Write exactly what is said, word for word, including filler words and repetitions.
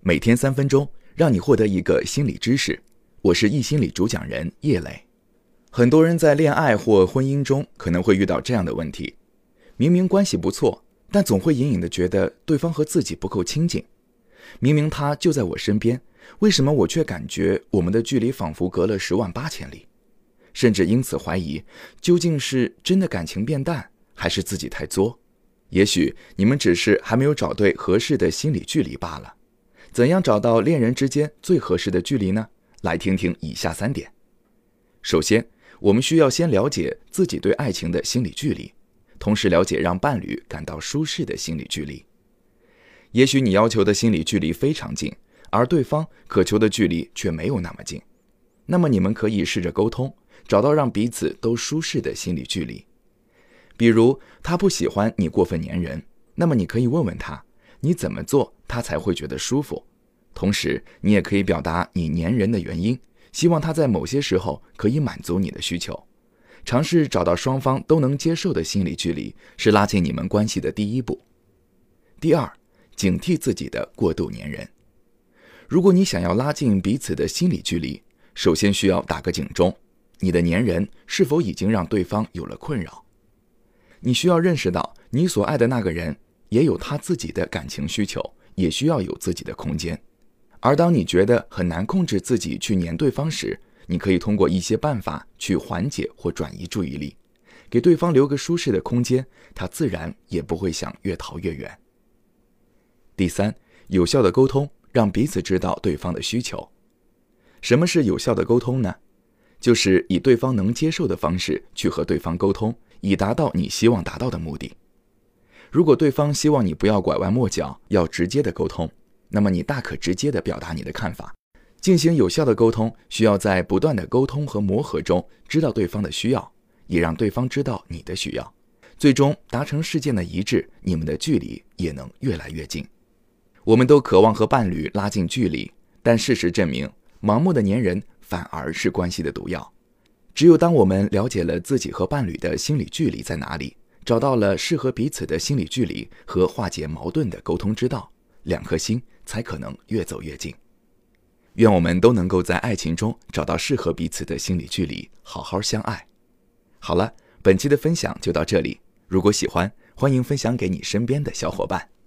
每天三分钟，让你获得一个心理知识。我是易心理主讲人叶磊。很多人在恋爱或婚姻中可能会遇到这样的问题：明明关系不错，但总会隐隐地觉得对方和自己不够亲近。明明他就在我身边，为什么我却感觉我们的距离仿佛隔了十万八千里？甚至因此怀疑，究竟是真的感情变淡，还是自己太作？也许你们只是还没有找对合适的心理距离罢了。怎样找到恋人之间最合适的距离呢？来听听以下三点。首先，我们需要先了解自己对爱情的心理距离，同时了解让伴侣感到舒适的心理距离。也许你要求的心理距离非常近，而对方渴求的距离却没有那么近。那么你们可以试着沟通，找到让彼此都舒适的心理距离。比如他不喜欢你过分黏人，那么你可以问问他，你怎么做他才会觉得舒服？同时你也可以表达你黏人的原因，希望他在某些时候可以满足你的需求。尝试找到双方都能接受的心理距离，是拉近你们关系的第一步。第二，警惕自己的过度黏人。如果你想要拉近彼此的心理距离，首先需要打个警钟，你的黏人是否已经让对方有了困扰？你需要认识到，你所爱的那个人也有他自己的感情需求，也需要有自己的空间。而当你觉得很难控制自己去黏对方时，你可以通过一些办法去缓解或转移注意力，给对方留个舒适的空间，他自然也不会想越逃越远。第三，有效的沟通，让彼此知道对方的需求。什么是有效的沟通呢？就是以对方能接受的方式去和对方沟通，以达到你希望达到的目的。如果对方希望你不要拐弯抹角，要直接的沟通，那么你大可直接的表达你的看法。进行有效的沟通，需要在不断的沟通和磨合中知道对方的需要，也让对方知道你的需要，最终达成事件的一致，你们的距离也能越来越近。我们都渴望和伴侣拉近距离，但事实证明，盲目的黏人反而是关系的毒药。只有当我们了解了自己和伴侣的心理距离在哪里，找到了适合彼此的心理距离和化解矛盾的沟通之道，两颗心才可能越走越近。愿我们都能够在爱情中找到适合彼此的心理距离，好好相爱。好了，本期的分享就到这里。如果喜欢，欢迎分享给你身边的小伙伴。